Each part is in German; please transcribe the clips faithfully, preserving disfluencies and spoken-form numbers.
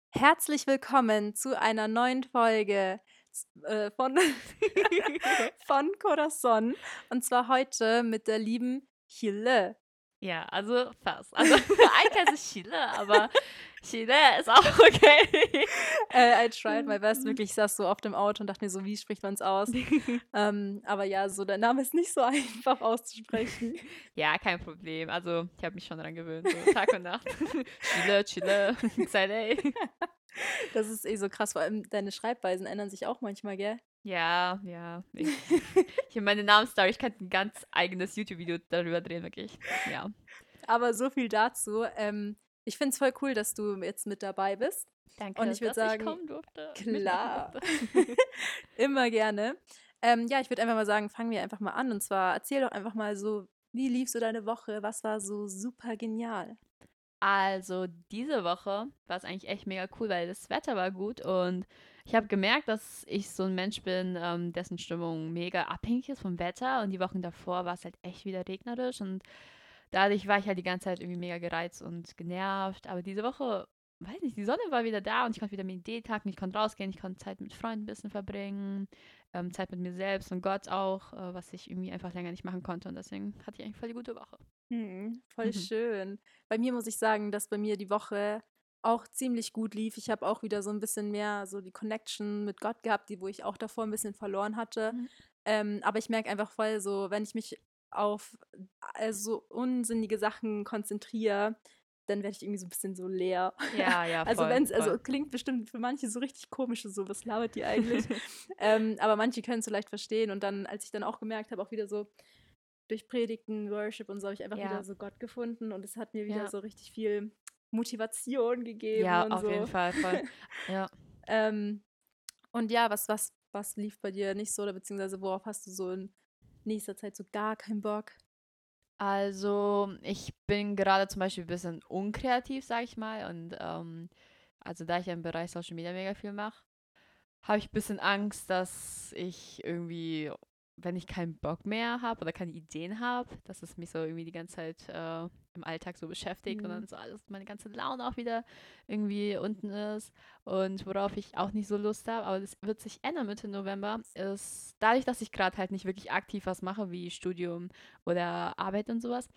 Herzlich willkommen zu einer neuen Folge z- äh, von, von Corazon. Und zwar heute mit der lieben Chile. Ja, also fast. Also eigentlich heißt es Chile, aber Chile ist auch okay. Äh, I tried my best, wirklich. Ich saß so oft im Auto und dachte mir so, wie spricht man es aus? Ähm, aber ja, so der Name ist nicht so einfach auszusprechen. Ja, kein Problem. Also ich habe mich schon daran gewöhnt, so Tag und Nacht. Chile, Chile, Xale. Das ist eh so krass. Vor allem deine Schreibweisen ändern sich auch manchmal, gell? Ja, ja. Ich, ich habe meine Namensstory, ich könnte ein ganz eigenes YouTube-Video darüber drehen, wirklich. Ja. Aber so viel dazu. Ähm, ich finde es voll cool, dass du jetzt mit dabei bist. Und Danke, ich würde dass ich sagen, kommen durfte und mitmachen klar. durfte. Immer gerne. Ähm, ja, ich würde einfach mal sagen, fangen wir einfach mal an. Und zwar erzähl doch einfach mal so, wie lief so deine Woche? Was war so super genial? Also diese Woche war es eigentlich echt mega cool, weil das Wetter war gut und ich habe gemerkt, dass ich so ein Mensch bin, ähm, dessen Stimmung mega abhängig ist vom Wetter, und die Wochen davor war es halt echt wieder regnerisch und dadurch war ich halt die ganze Zeit irgendwie mega gereizt und genervt. Aber diese Woche, weiß nicht, die Sonne war wieder da und ich konnte wieder Meditagen, ich konnte rausgehen, ich konnte Zeit mit Freunden ein bisschen verbringen, ähm, Zeit mit mir selbst und Gott auch, äh, was ich irgendwie einfach länger nicht machen konnte, und deswegen hatte ich eigentlich voll die gute Woche. Hm, voll schön. Bei mir muss ich sagen, dass bei mir die Woche auch ziemlich gut lief. Ich habe auch wieder so ein bisschen mehr so die Connection mit Gott gehabt, die wo ich auch davor ein bisschen verloren hatte. Mhm. Ähm, aber ich merke einfach voll so, wenn ich mich auf äh, so unsinnige Sachen konzentriere, dann werde ich irgendwie so ein bisschen so leer. Ja, ja, Also voll, wenn es, also voll. klingt bestimmt für manche so richtig komisch, so, was labert die eigentlich? Ähm, aber manche können es so leicht verstehen. Und dann, als ich dann auch gemerkt habe, auch wieder so, durch Predigten, Worship und so habe ich einfach wieder Ja, so Gott gefunden und es hat mir wieder ja. so richtig viel Motivation gegeben Ja, und auf jeden so. Fall, voll. Ja. Ähm, und ja, was, was, was lief bei dir nicht so oder beziehungsweise worauf hast du so in nächster Zeit so gar keinen Bock? Also, ich bin gerade zum Beispiel ein bisschen unkreativ, sage ich mal. Und ähm, also da ich ja im Bereich Social Media mega viel mache, habe ich ein bisschen Angst, dass ich irgendwie, wenn ich keinen Bock mehr habe oder keine Ideen habe, dass es mich so irgendwie die ganze Zeit äh, im Alltag so beschäftigt und Hm. dann so alles, meine ganze Laune auch wieder irgendwie unten ist. Und worauf ich auch nicht so Lust habe, aber das wird sich ändern Mitte November, ist dadurch, dass ich gerade halt nicht wirklich aktiv was mache, wie Studium oder Arbeit und sowas,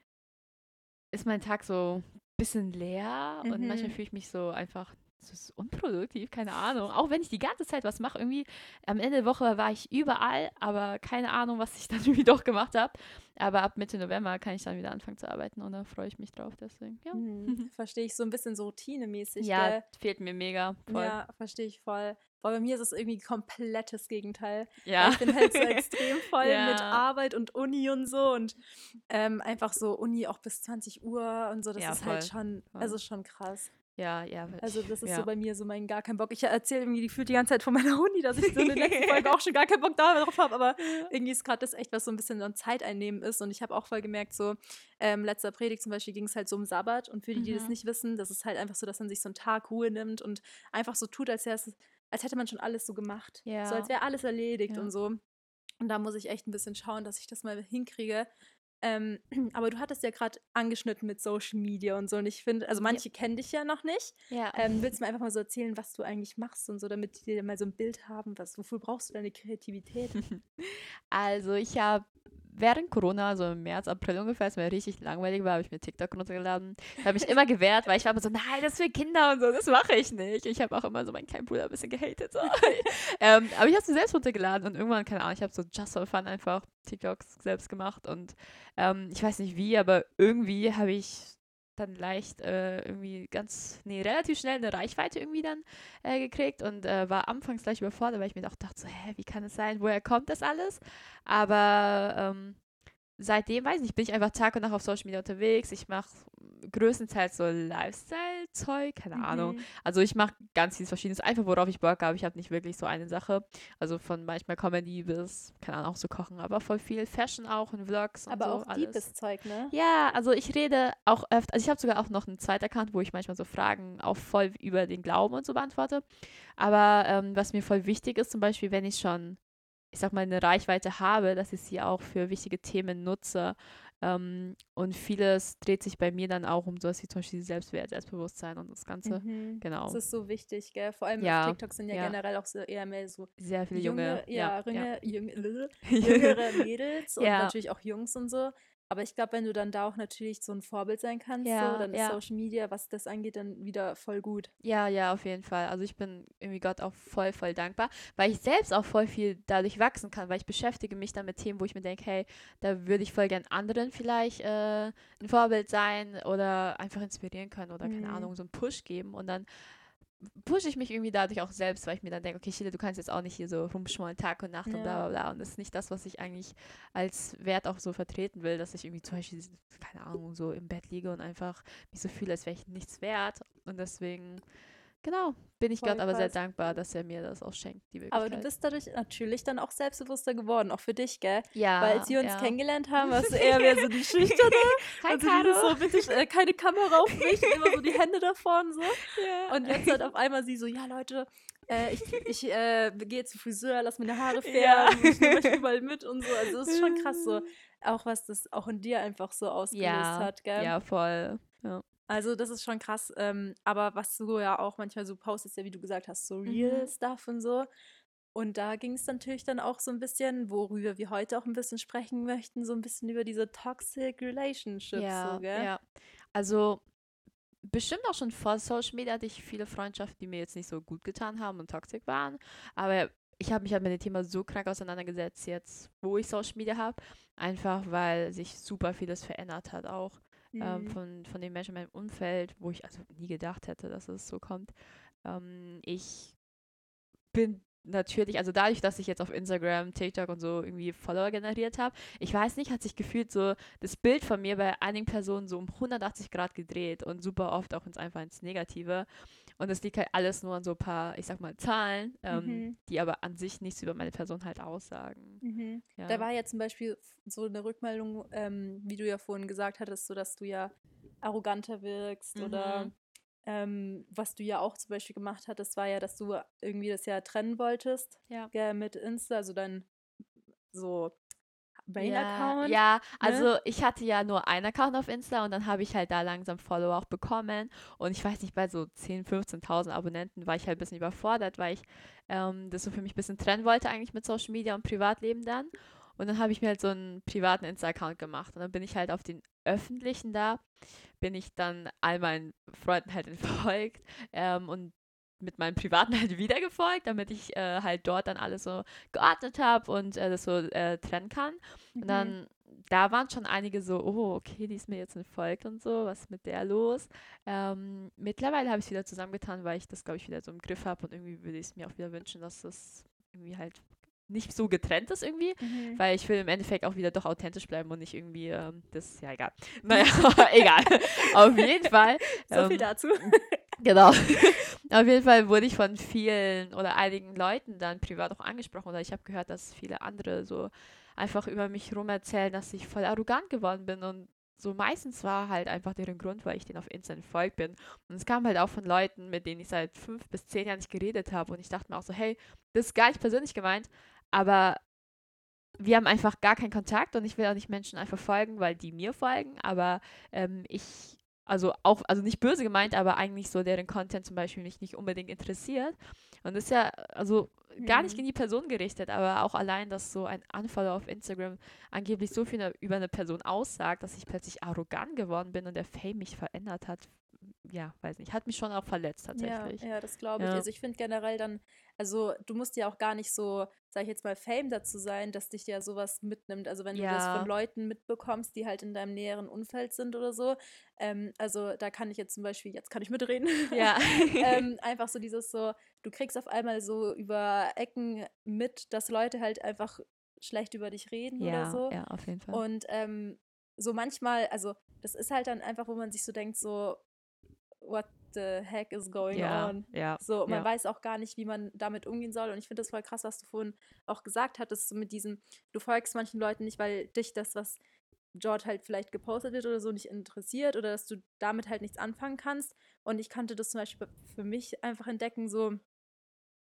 ist mein Tag so ein bisschen leer und manchmal Mhm. fühle ich mich so einfach, es ist unproduktiv, keine Ahnung. Auch wenn ich die ganze Zeit was mache, irgendwie am Ende der Woche war ich überall, aber keine Ahnung, was ich dann irgendwie doch gemacht habe. Aber ab Mitte November kann ich dann wieder anfangen zu arbeiten und da freue ich mich drauf, deswegen, ja. Mhm. Verstehe ich so ein bisschen so routinemäßig, Ja, gell? fehlt mir mega, voll. Ja, verstehe ich voll. Boah, bei mir ist es irgendwie komplettes Gegenteil, weil Ja. ich bin halt so extrem voll mit Ja, Arbeit und Uni und so und ähm, einfach so Uni auch bis zwanzig Uhr und so, das ja, ist halt voll, schon, also voll. schon krass. Ja, ja, Also ich, das ist so ja, bei mir so mein gar kein Bock. Ich erzähle irgendwie gefühlt die ganze Zeit von meiner Uni, dass ich so in der letzten Folge auch schon gar keinen Bock darauf habe, aber ja. irgendwie ist gerade das echt, was so ein bisschen an Zeit einnehmen ist. Und ich habe auch voll gemerkt, so ähm, letzter Predigt zum Beispiel ging es halt so um Sabbat. Und für die, die das Mhm. nicht wissen, das ist halt einfach so, dass man sich so einen Tag Ruhe nimmt und einfach so tut, als, wär's, als hätte man schon alles so gemacht. So als Ja, wäre alles erledigt und ja. so. Und da muss ich echt ein bisschen schauen, dass ich das mal hinkriege. Ähm, aber du hattest ja gerade angeschnitten mit Social Media und so. Und ich finde, also Ja, manche kennen dich ja noch nicht. ja. Ähm, willst du mir einfach mal so erzählen, was du eigentlich machst und so, damit die mal so ein Bild haben, was, wofür brauchst du deine Kreativität? Also ich habe während Corona, so im März, April ungefähr, als mir richtig langweilig war, habe ich mir TikTok runtergeladen. Ich habe mich immer gewehrt, weil ich war immer so, nein, das ist für Kinder und so, das mache ich nicht. Ich habe auch immer so meinen kleinen Bruder ein bisschen gehatet. So. ähm, aber ich habe es mir selbst runtergeladen und irgendwann, keine Ahnung, ich habe so just for fun einfach TikToks selbst gemacht und ähm, ich weiß nicht wie, aber irgendwie habe ich dann leicht äh, irgendwie ganz, nee, relativ schnell eine Reichweite irgendwie dann äh, gekriegt und äh, war anfangs gleich überfordert, weil ich mir auch dachte, so, hä, wie kann es sein, woher kommt das alles? Aber ähm, seitdem, weiß ich nicht, bin ich einfach Tag und Nacht auf Social Media unterwegs. Ich mache größtenteils so Lifestyle-Zeug, keine Ahnung. Mhm. Also ich mache ganz vieles Verschiedenes, einfach worauf ich Bock habe. Ich habe nicht wirklich so eine Sache. Also von manchmal Comedy bis, keine Ahnung, auch so kochen, aber voll viel Fashion auch und Vlogs und Aber so, auch alles. deepes Zeug, ne? Ja, also ich rede auch öfter, also ich habe sogar auch noch einen zweiten Account, wo ich manchmal so Fragen auch voll über den Glauben und so beantworte. Aber ähm, was mir voll wichtig ist, zum Beispiel, wenn ich schon ich sag mal, eine Reichweite habe, dass ich sie auch für wichtige Themen nutze. Ähm, und vieles dreht sich bei mir dann auch um sowas wie zum Beispiel Selbstwert, Selbstbewusstsein und das Ganze. Mhm. Das Genau. ist so wichtig, gell? Vor allem auf Ja, TikTok sind ja ja, generell auch so eher mehr so sehr viele junge, junge, ja, ja, ja. junge, junge, jüngere Mädels und Ja, natürlich auch Jungs und so. Aber ich glaube, wenn du dann da auch natürlich so ein Vorbild sein kannst, so, ja, dann ist ja. Social Media, was das angeht, dann wieder voll gut. Ja, ja, auf jeden Fall. Also ich bin irgendwie Gott auch voll, voll dankbar, weil ich selbst auch voll viel dadurch wachsen kann, weil ich beschäftige mich dann mit Themen, wo ich mir denke, hey, da würde ich voll gern anderen vielleicht äh, ein Vorbild sein oder einfach inspirieren können oder keine Mhm. Ahnung, so einen Push geben und dann pushe ich mich irgendwie dadurch auch selbst, weil ich mir dann denke, okay, Chile, du kannst jetzt auch nicht hier so rumschmollen Tag und Nacht und Ja, bla bla bla. Und das ist nicht das, was ich eigentlich als Wert auch so vertreten will, dass ich irgendwie zum Beispiel, keine Ahnung, so im Bett liege und einfach mich so fühle, als wäre ich nichts wert. Und deswegen, genau, bin ich Gott voll aber sehr krass. dankbar, dass er mir das auch schenkt, die Aber du Möglichkeit. bist dadurch natürlich dann auch selbstbewusster geworden, auch für dich, gell? Weil als Ja, wir uns ja. kennengelernt haben, warst du eher mehr so die Schüchterne. Hi, Also dieses Caro. so, bitte äh, keine Kamera auf mich und immer so die Hände davor und so. Ja. Und jetzt halt auf einmal sie so, ja Leute, äh, ich, ich äh, gehe zum Friseur, lass meine Haare Ja. färben, ich nehme euch überall mit und so. Also es ist schon krass so, auch was das auch in dir einfach so ausgelöst Ja, hat, gell? ja, voll. Ja. Also das ist schon krass. Ähm, aber was du ja auch manchmal so postest, ja, wie du gesagt hast, so Mhm. Real-Stuff und so. Und da ging es natürlich dann auch so ein bisschen, worüber wir heute auch ein bisschen sprechen möchten, so ein bisschen über diese Toxic Relationships, so, Ja, gell? ja. Also bestimmt auch schon vor Social Media hatte ich viele Freundschaften, die mir jetzt nicht so gut getan haben und toxisch waren. Aber ich habe mich halt mit dem Thema so krank auseinandergesetzt jetzt, wo ich Social Media habe. Einfach weil sich super vieles verändert hat auch ähm, Mhm. von, von den Menschen in meinem Umfeld, wo ich also nie gedacht hätte, dass es so kommt. Ähm, ich bin natürlich, also dadurch, dass ich jetzt auf Instagram, TikTok und so irgendwie Follower generiert habe, ich weiß nicht, hat sich gefühlt so das Bild von mir bei einigen Personen so um hundertachtzig Grad gedreht und super oft auch ins einfach ins Negative. Und das liegt halt alles nur an so ein paar, ich sag mal, Zahlen, ähm, Mhm. die aber an sich nichts über meine Person halt aussagen. Mhm. Da Ja. war ja zum Beispiel f- so eine Rückmeldung, ähm, wie du ja vorhin gesagt hattest, so dass du ja arroganter wirkst oder Mhm. ähm, was du ja auch zum Beispiel gemacht hattest, war ja, dass du irgendwie das ja trennen wolltest, Ja. gell, mit Insta, also dein so Ja, Main-Account, ja, ne? also ich hatte ja nur einen Account auf Insta und dann habe ich halt da langsam Follower auch bekommen. Und ich weiß nicht, bei so zehntausend, fünfzehntausend Abonnenten war ich halt ein bisschen überfordert, weil ich ähm, das so für mich ein bisschen trennen wollte eigentlich mit Social Media und Privatleben dann. Und dann habe ich mir halt so einen privaten Insta-Account gemacht. Und dann bin ich halt auf den öffentlichen da, bin ich dann all meinen Freunden halt entfolgt ähm, und mit meinem privaten halt wieder gefolgt, damit ich äh, halt dort dann alles so geordnet habe und äh, das so äh, trennen kann. Und Mhm. dann, da waren schon einige so, oh, okay, die ist mir jetzt entfolgt und so, was ist mit der los? Ähm, mittlerweile habe ich es wieder zusammengetan, weil ich das, glaube ich, wieder so im Griff habe und irgendwie würde ich es mir auch wieder wünschen, dass das irgendwie halt nicht so getrennt ist irgendwie, Mhm. weil ich will im Endeffekt auch wieder doch authentisch bleiben und nicht irgendwie, ähm, das, ja, egal. Naja, egal. Auf jeden Fall. So viel Ähm, dazu. genau. Auf jeden Fall wurde ich von vielen oder einigen Leuten dann privat auch angesprochen oder ich habe gehört, dass viele andere so einfach über mich rum erzählen, dass ich voll arrogant geworden bin und so meistens war halt einfach deren Grund, weil ich denen auf Insta entfolgt bin. Und es kam halt auch von Leuten, mit denen ich seit fünf bis zehn Jahren nicht geredet habe und ich dachte mir auch so, hey, das ist gar nicht persönlich gemeint, aber wir haben einfach gar keinen Kontakt und ich will auch nicht Menschen einfach folgen, weil die mir folgen, aber ähm, ich, also auch, also nicht böse gemeint, aber eigentlich so deren Content zum Beispiel mich nicht unbedingt interessiert. Und das ist ja, also gar nicht Mhm. gegen die Person gerichtet, aber auch allein, dass so ein Unfollow auf Instagram angeblich so viel über eine Person aussagt, dass ich plötzlich arrogant geworden bin und der Fame mich verändert hat. Ja, weiß nicht, hat mich schon auch verletzt Ja, tatsächlich. ja, das glaube ich. Ja, Also ich finde generell dann, also du musst ja auch gar nicht so, sag ich jetzt mal, Fame dazu sein, dass dich ja sowas mitnimmt. Also wenn du das von ja, Leuten mitbekommst, die halt in deinem näheren Umfeld sind oder so. Ähm, also da kann ich jetzt zum Beispiel, jetzt kann ich mitreden, ja, ähm, einfach so dieses so, du kriegst auf einmal so über Ecken mit, dass Leute halt einfach schlecht über dich reden oder ja, so. ja, auf jeden Fall. Und ähm, so manchmal, also das ist halt dann einfach, wo man sich so denkt, so, what the heck is going Ja, on? ja, So, man ja. weiß auch gar nicht, wie man damit umgehen soll. Und ich finde das voll krass, was du vorhin auch gesagt hattest, so mit diesem, du folgst manchen Leuten nicht, weil dich das, was George halt vielleicht gepostet wird oder so, nicht interessiert oder dass du damit halt nichts anfangen kannst. Und ich konnte das zum Beispiel für mich einfach entdecken, so,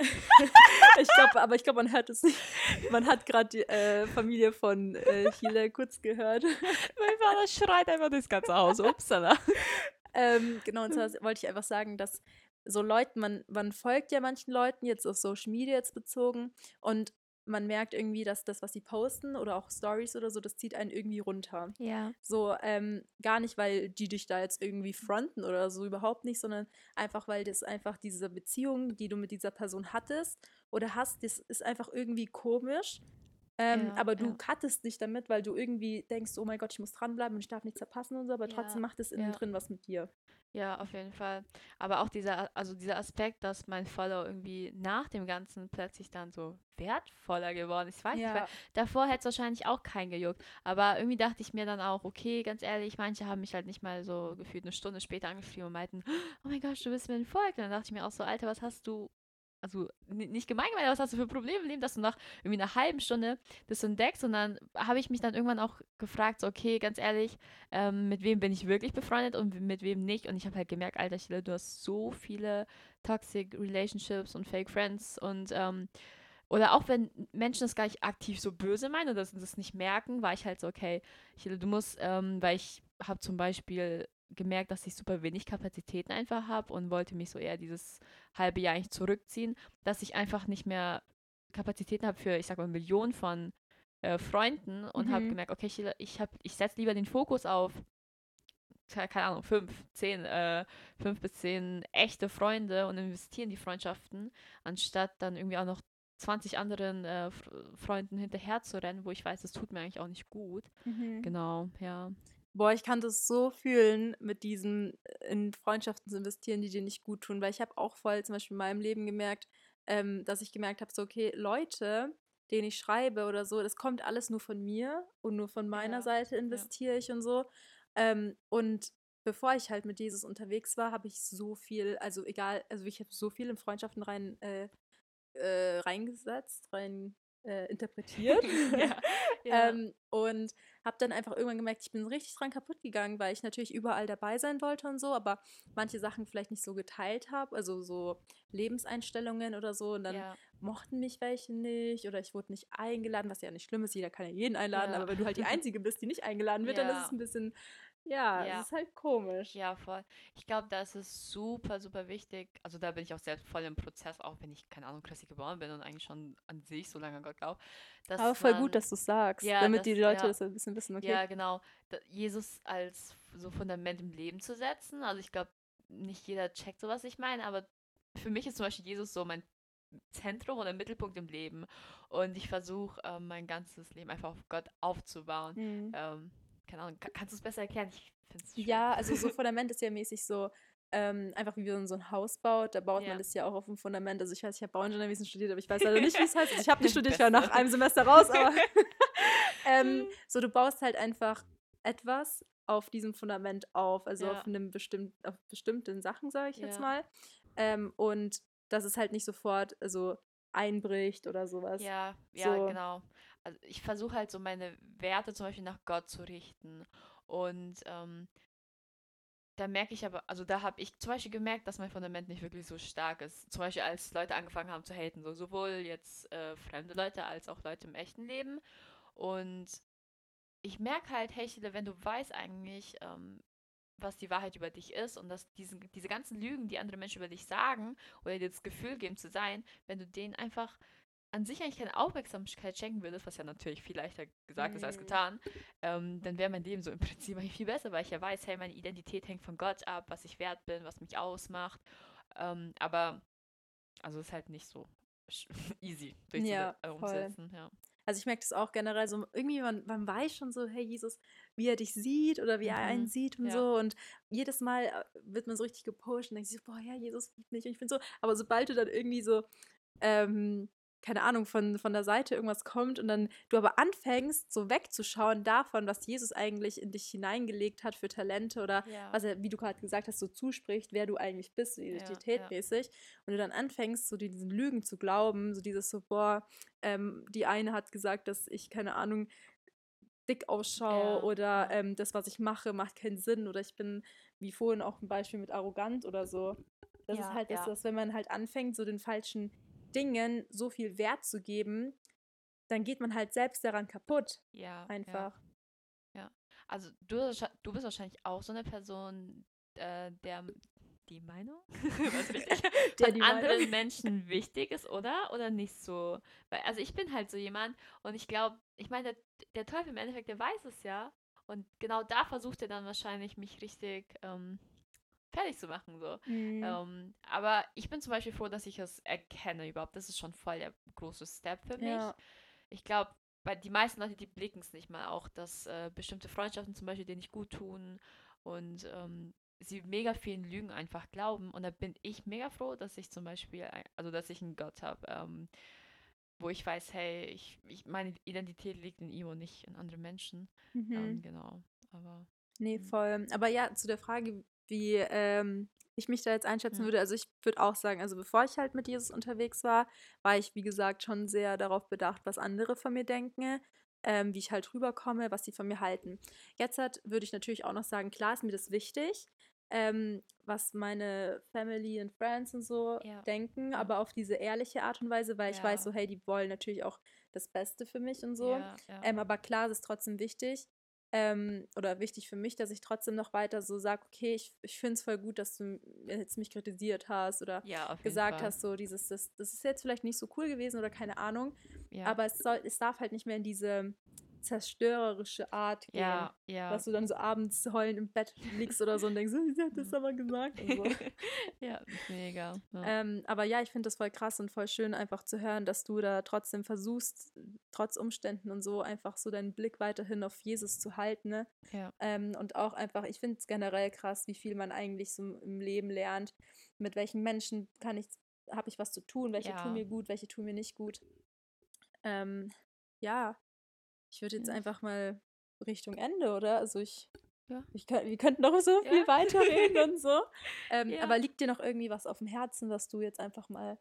Ich glaube, aber ich glaube, man hört es nicht. Man hat gerade die äh, Familie von äh, Chile kurz gehört. Mein Vater schreit einfach das ganze Haus. Upsala. Ähm, genau, und zwar wollte ich einfach sagen, dass so Leuten, man, man folgt ja manchen Leuten, jetzt auf Social Media jetzt bezogen, und man merkt irgendwie, dass das, was sie posten oder auch Stories oder so, das zieht einen irgendwie runter. Ja. So, ähm, gar nicht, weil die dich da jetzt irgendwie fronten oder so, überhaupt nicht, sondern einfach, weil das einfach diese Beziehung, die du mit dieser Person hattest oder hast, das ist einfach irgendwie komisch. Ähm, Ja, aber du ja. cuttest nicht damit, weil du irgendwie denkst, oh mein Gott, ich muss dranbleiben und ich darf nichts verpassen und so, aber Ja, trotzdem macht es innen ja. drin was mit dir. Ja, auf jeden Fall. Aber auch dieser, also dieser Aspekt, dass mein Follow irgendwie nach dem Ganzen plötzlich dann so wertvoller geworden ist. Ich weiß nicht, weil Ja. davor hätte es wahrscheinlich auch keinen gejuckt. Aber irgendwie dachte ich mir dann auch, okay, ganz ehrlich, manche haben mich halt nicht mal so gefühlt eine Stunde später angeschrieben und meinten, oh mein Gott, du bist mir entfolgt. Und dann dachte ich mir auch so, Alter, was hast du, also n- nicht gemein gemeint, aber was hast du für Probleme im Leben, dass du nach irgendwie einer halben Stunde das entdeckst? Und dann habe ich mich dann irgendwann auch gefragt, so, okay, ganz ehrlich, ähm, mit wem bin ich wirklich befreundet und mit wem nicht. Und ich habe halt gemerkt, Alter, Chile, du hast so viele toxic Relationships und Fake Friends und ähm, oder auch wenn Menschen das gar nicht aktiv so böse meinen oder das, das nicht merken, war ich halt so, okay, Chile, du musst, ähm, weil ich habe zum Beispiel gemerkt, dass ich super wenig Kapazitäten einfach habe und wollte mich so eher dieses halbe Jahr eigentlich zurückziehen, dass ich einfach nicht mehr Kapazitäten habe für, ich sag mal, Millionen von äh, Freunden und habe Mhm. gemerkt, okay, Chile, ich, hab, ich setze lieber den Fokus auf ke- keine Ahnung, fünf, zehn, äh, fünf bis zehn echte Freunde und investieren die Freundschaften, anstatt dann irgendwie auch noch zwanzig anderen äh, F- Freunden hinterher zu rennen, wo ich weiß, das tut mir eigentlich auch nicht gut. Mhm. Genau, ja. Boah, ich kann das so fühlen, mit diesen äh, in Freundschaften zu investieren, die dir nicht gut tun, weil ich habe auch voll zum Beispiel in meinem Leben gemerkt, ähm, dass ich gemerkt habe, so, okay, Leute, denen ich schreibe oder so, das kommt alles nur von mir und nur von meiner Ja, Seite ja. investiere ich und so. Ähm, und bevor ich halt mit Jesus unterwegs war, habe ich so viel, also egal, also ich habe so viel in Freundschaften rein äh, äh, reingesetzt, rein äh, interpretiert. Ja, ja, ähm, und habe dann einfach irgendwann gemerkt, ich bin richtig dran kaputt gegangen, weil ich natürlich überall dabei sein wollte und so, aber manche Sachen vielleicht nicht so geteilt habe, also so Lebenseinstellungen oder so. Und dann ja, mochten mich welche nicht oder ich wurde nicht eingeladen, was ja nicht schlimm ist, jeder kann ja jeden einladen, ja, aber wenn du halt die Einzige bist, die nicht eingeladen wird, dann ist es ja, ein bisschen, ja, es ja. ist halt komisch. Ja, voll. Ich glaube, da ist es super, super wichtig. Also da bin ich auch selbst voll im Prozess, auch wenn ich, keine Ahnung, christlich geboren bin und eigentlich schon an sich so lange an Gott glaube, Aber dass voll gut, man, dass du es sagst, ja, damit die dass, Leute ja, das ein bisschen wissen, okay. ja, genau, da, Jesus als so Fundament im Leben zu setzen. Also ich glaube, nicht jeder checkt so, was ich meine, aber für mich ist zum Beispiel Jesus so mein Zentrum oder Mittelpunkt im Leben. Und ich versuche, ähm, mein ganzes Leben einfach auf Gott aufzubauen. Hm. Ähm, keine Ahnung, ka- kannst du es besser erklären? Ich finde es schwer. Ja, also so Fundament ist ja mäßig so, ähm, einfach wie man so ein Haus baut, da baut man Ja. das ja auch auf dem Fundament. Also ich weiß, ich habe Bauingenieurwesen studiert, aber ich weiß leider nicht, wie es heißt. Also ich habe nicht studiert, ich war nach Beste. einem Semester raus, aber ähm, so du baust halt einfach etwas auf diesem Fundament auf, also auf Ja, einem bestimmt, auf bestimmten Sachen, sage ich jetzt ja, mal. Ähm, und dass es halt nicht sofort so einbricht oder sowas. ja, ja, So, genau. Also ich versuche halt so meine Werte zum Beispiel nach Gott zu richten. Und ähm, da merke ich aber, also da habe ich zum Beispiel gemerkt, dass mein Fundament nicht wirklich so stark ist. Zum Beispiel als Leute angefangen haben zu haten, so sowohl jetzt äh, fremde Leute als auch Leute im echten Leben. Und ich merke halt, hey, Chile, wenn du weißt eigentlich, ähm, was die Wahrheit über dich ist und dass diesen, diese ganzen Lügen, die andere Menschen über dich sagen oder dir das Gefühl geben zu sein, wenn du denen einfach an sich eigentlich keine Aufmerksamkeit schenken würdest, was ja natürlich viel leichter gesagt ist als hm, getan, ähm, dann wäre mein Leben so im Prinzip eigentlich viel besser, weil ich ja weiß, hey, meine Identität hängt von Gott ab, was ich wert bin, was mich ausmacht. Ähm, aber, also ist halt nicht so easy ja, durchzusetzen, äh, voll. umzusetzen, ja. Also ich merke das auch generell so, irgendwie, man, man weiß schon so, hey Jesus, wie er dich sieht oder wie er einen Mhm. sieht und Ja, so. Und jedes Mal äh, wird man so richtig gepusht und denkt sich so, boah, ja, Jesus liebt mich. Und ich bin so, aber sobald du dann irgendwie so ähm, keine Ahnung, von, von der Seite irgendwas kommt und dann du aber anfängst, so wegzuschauen davon, was Jesus eigentlich in dich hineingelegt hat für Talente oder ja, was er, wie du gerade gesagt hast, so zuspricht, wer du eigentlich bist, so ja, ja, identitätmäßig. Und du dann anfängst, so diesen Lügen zu glauben, so dieses so, boah, ähm, die eine hat gesagt, dass ich, keine Ahnung, dick ausschaue ja, oder ja, ähm, das, was ich mache, macht keinen Sinn oder ich bin, wie vorhin auch ein Beispiel mit arrogant oder so. Das ist ja, halt das, ja, dass wenn man halt anfängt, so den falschen Dingen so viel Wert zu geben, dann geht man halt selbst daran kaputt. Ja, Einfach. Ja. ja. Also du, wahrsch- du bist wahrscheinlich auch so eine Person, äh, der die Meinung was richtig, Der von die anderen Meinung. Menschen wichtig ist, oder? Oder nicht so? Weil, also ich bin halt so jemand und ich glaube, ich meine, der, der Teufel im Endeffekt, der weiß es ja. Und genau da versucht er dann wahrscheinlich, mich richtig ähm, fertig zu machen. So. Mhm. Ähm, aber ich bin zum Beispiel froh, dass ich es erkenne überhaupt. Das ist schon voll der große Step für mich. Ja. Ich glaube, bei die meisten Leute, die blicken es nicht mal auch, dass äh, bestimmte Freundschaften zum Beispiel denen nicht gut tun und ähm, sie mega vielen Lügen einfach glauben. Und da bin ich mega froh, dass ich zum Beispiel, ein, also dass ich einen Gott habe, ähm, wo ich weiß, hey, ich, ich, meine Identität liegt in ihm und nicht in anderen Menschen. Ähm, Mhm. genau, aber Nee, hm, voll. Aber ja, zu der Frage, wie ähm, ich mich da jetzt einschätzen hm, würde, also ich würde auch sagen, also bevor ich halt mit Jesus unterwegs war, war ich, wie gesagt, schon sehr darauf bedacht, was andere von mir denken, ähm, wie ich halt rüberkomme, was sie von mir halten. Jetzt halt würde ich natürlich auch noch sagen, klar ist mir das wichtig, ähm, was meine Family und Friends und so ja, denken, ja, aber auf diese ehrliche Art und Weise, weil ich weiß ja, so, hey, die wollen natürlich auch das Beste für mich und so. ja, ja, Ähm, aber klar, es ist trotzdem wichtig, ähm, oder wichtig für mich, dass ich trotzdem noch weiter so sage, okay, ich, ich finde es voll gut, dass du jetzt mich kritisiert hast oder ja, auf jeden gesagt Fall. hast, so dieses, das, das ist jetzt vielleicht nicht so cool gewesen oder keine Ahnung, Ja, aber es soll, es darf halt nicht mehr in diese zerstörerische Art gehen, ja, ja. dass du dann so abends heulend im Bett liegst oder so und denkst, sie hat das Hm. aber gesagt und so. Ja, mega. Ja. Ähm, aber ja, ich finde das voll krass und voll schön, einfach zu hören, dass du da trotzdem versuchst, trotz Umständen und so, einfach so deinen Blick weiterhin auf Jesus zu halten. Ne? Ja, Ähm, und auch einfach, ich finde es generell krass, wie viel man eigentlich so im Leben lernt. Mit welchen Menschen kann ich, habe ich was zu tun, welche tun ja, mir gut, welche tun mir nicht gut. Ähm, ja, ich würde jetzt ja, einfach mal Richtung Ende, oder? Also ich, ja, ich könnt, wir könnten noch so ja, viel weiterreden und so. Ähm, ja. aber liegt dir noch irgendwie was auf dem Herzen, was du jetzt einfach mal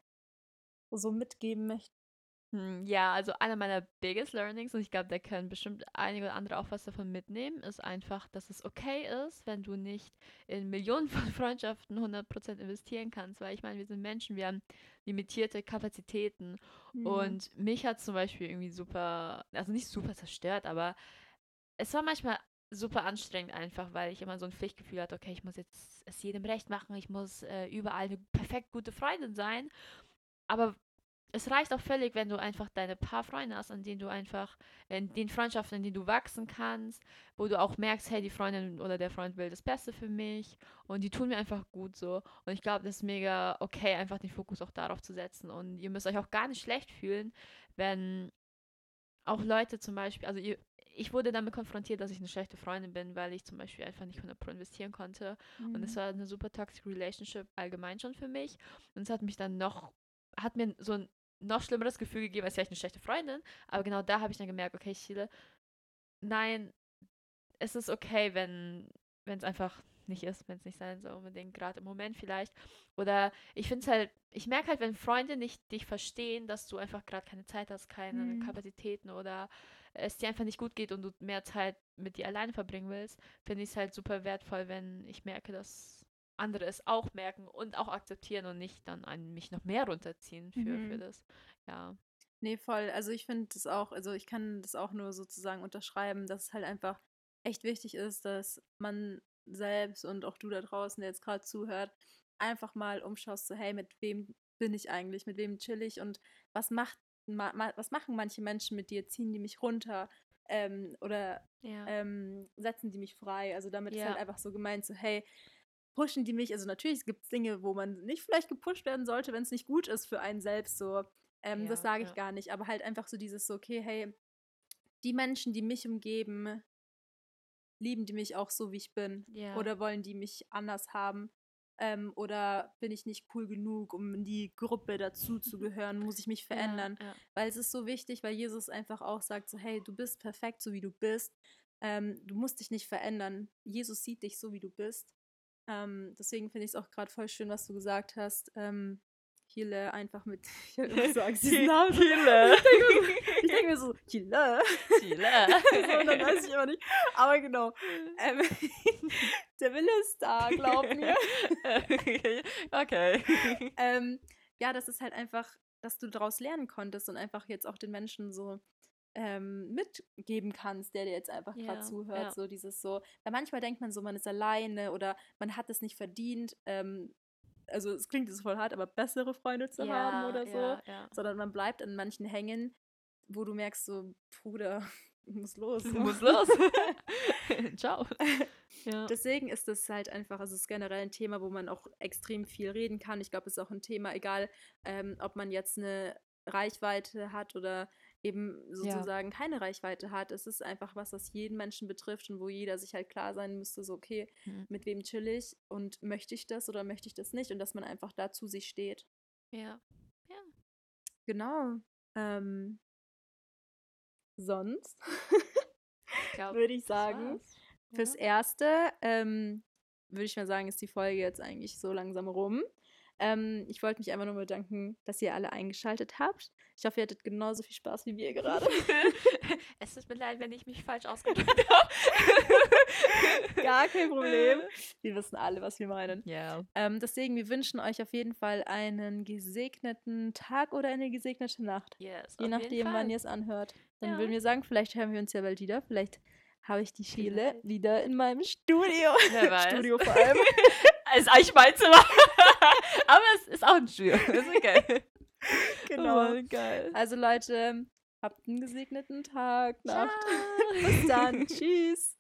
so mitgeben möchtest? Hm, ja, also einer meiner biggest learnings, und ich glaube, da können bestimmt einige oder andere auch was davon mitnehmen, ist einfach, dass es okay ist, wenn du nicht in Millionen von Freundschaften hundert Prozent investieren kannst, weil ich meine, wir sind Menschen, wir haben limitierte Kapazitäten Hm. und mich hat zum Beispiel irgendwie super, also nicht super zerstört, aber es war manchmal super anstrengend einfach, weil ich immer so ein Pflichtgefühl hatte, okay, ich muss jetzt es jedem recht machen, ich muss äh, überall eine perfekt gute Freundin sein, aber es reicht auch völlig, wenn du einfach deine paar Freunde hast, an denen du einfach, in den Freundschaften, in denen du wachsen kannst, wo du auch merkst, hey, die Freundin oder der Freund will das Beste für mich und die tun mir einfach gut so. Und ich glaube, das ist mega okay, einfach den Fokus auch darauf zu setzen. Und ihr müsst euch auch gar nicht schlecht fühlen, wenn auch Leute zum Beispiel, also ihr, ich wurde damit konfrontiert, dass ich eine schlechte Freundin bin, weil ich zum Beispiel einfach nicht hundert Prozent investieren konnte. Und es Hm. war eine super toxic Relationship allgemein schon für mich. Und es hat mich dann noch, hat mir so ein noch schlimmeres Gefühl gegeben, als wäre ich eine schlechte Freundin. Aber genau da habe ich dann gemerkt, okay, Chile, nein, es ist okay, wenn wenn es einfach nicht ist, wenn es nicht sein soll, unbedingt, gerade im Moment vielleicht. Oder ich finde es halt, ich merke halt, wenn Freunde nicht dich verstehen, dass du einfach gerade keine Zeit hast, keine Hm. Kapazitäten oder es dir einfach nicht gut geht und du mehr Zeit mit dir alleine verbringen willst, finde ich es halt super wertvoll, wenn ich merke, dass andere es auch merken und auch akzeptieren und nicht dann an mich noch mehr runterziehen für, für Mhm. das. Ja. Nee, voll. Also ich finde das auch, also ich kann das auch nur sozusagen unterschreiben, dass es halt einfach echt wichtig ist, dass man selbst und auch du da draußen, der jetzt gerade zuhört, einfach mal umschaust, so hey, mit wem bin ich eigentlich, mit wem chill ich und was macht, ma, ma, was machen manche Menschen mit dir? Ziehen die mich runter ähm, oder Ja. ähm, setzen die mich frei? Also damit ist halt Ja. einfach so gemeint, so hey, pushen die mich? Also natürlich gibt es Dinge, wo man nicht vielleicht gepusht werden sollte, wenn es nicht gut ist für einen selbst, so. Ähm, das Ja. sage ich Ja. gar nicht, aber halt einfach so dieses so, okay, hey, die Menschen, die mich umgeben, lieben die mich auch so, wie ich bin? Ja. Oder wollen die mich anders haben? Ähm, oder bin ich nicht cool genug, um in die Gruppe dazu zu gehören? Muss ich mich Ja. verändern? Ja. Weil es ist so wichtig, weil Jesus einfach auch sagt, so, hey, du bist perfekt, so wie du bist. Ähm, du musst dich nicht verändern. Jesus sieht dich so, wie du bist. Ähm, deswegen finde ich es auch gerade voll schön, was du gesagt hast. Ähm, Chile einfach mit, ich habe immer so Angst, diesen Namen so. Chile. Ich denke mir so, Chile. Chile. So, und dann weiß ich immer nicht. Aber genau. Ähm, der Wille ist da, glaub mir. Okay. Ähm, ja, das ist halt einfach dass du daraus lernen konntest und einfach jetzt auch den Menschen so ähm, mitgeben kannst, der dir jetzt einfach gerade Ja, zuhört. ja. So dieses so, weil manchmal denkt man so, man ist alleine oder man hat es nicht verdient. Ähm, also es klingt jetzt voll hart, aber bessere Freunde zu haben Ja, oder so, ja, ja. sondern man bleibt an manchen hängen, wo du merkst so, Bruder, muss los. Du musst los. Ciao. Ja. Deswegen ist es halt einfach, also es ist generell ein Thema, wo man auch extrem viel reden kann. Ich glaube, es ist auch ein Thema, egal ähm, ob man jetzt eine Reichweite hat oder eben Ja. sozusagen keine Reichweite hat. Es ist einfach was, was jeden Menschen betrifft und wo jeder sich halt klar sein müsste, so okay, Mhm. mit wem chill ich und möchte ich das oder möchte ich das nicht und dass man einfach da zu sich steht. Ja. Genau. Ähm, sonst Ich glaube, würde ich das sagen, war's. fürs Ja. Erste ähm, würde ich mal sagen, ist die Folge jetzt eigentlich so langsam rum. Ähm, ich wollte mich einfach nur bedanken, dass ihr alle eingeschaltet habt. Ich hoffe, ihr hattet genauso viel Spaß wie wir gerade. Es tut mir leid, wenn ich mich falsch ausgedrückt habe. Gar kein Problem. Wir wissen alle, was wir meinen. Ja. Ähm, deswegen, wir wünschen euch auf jeden Fall einen gesegneten Tag oder eine gesegnete Nacht. Yes, Je auf jeden nachdem, wann Fall. ihr es anhört. Dann Ja. würden wir sagen, vielleicht hören wir uns ja bald wieder. Vielleicht habe ich die Schiele Vielleicht. wieder in meinem Studio. Wer weiß. Studio vor allem. Es ist eigentlich mein Zimmer. Aber es ist auch ein Studio. Ist okay. Genau. Oh, geil. Also Leute, habt einen gesegneten Tag, Nacht. Ciao. Bis dann. Tschüss.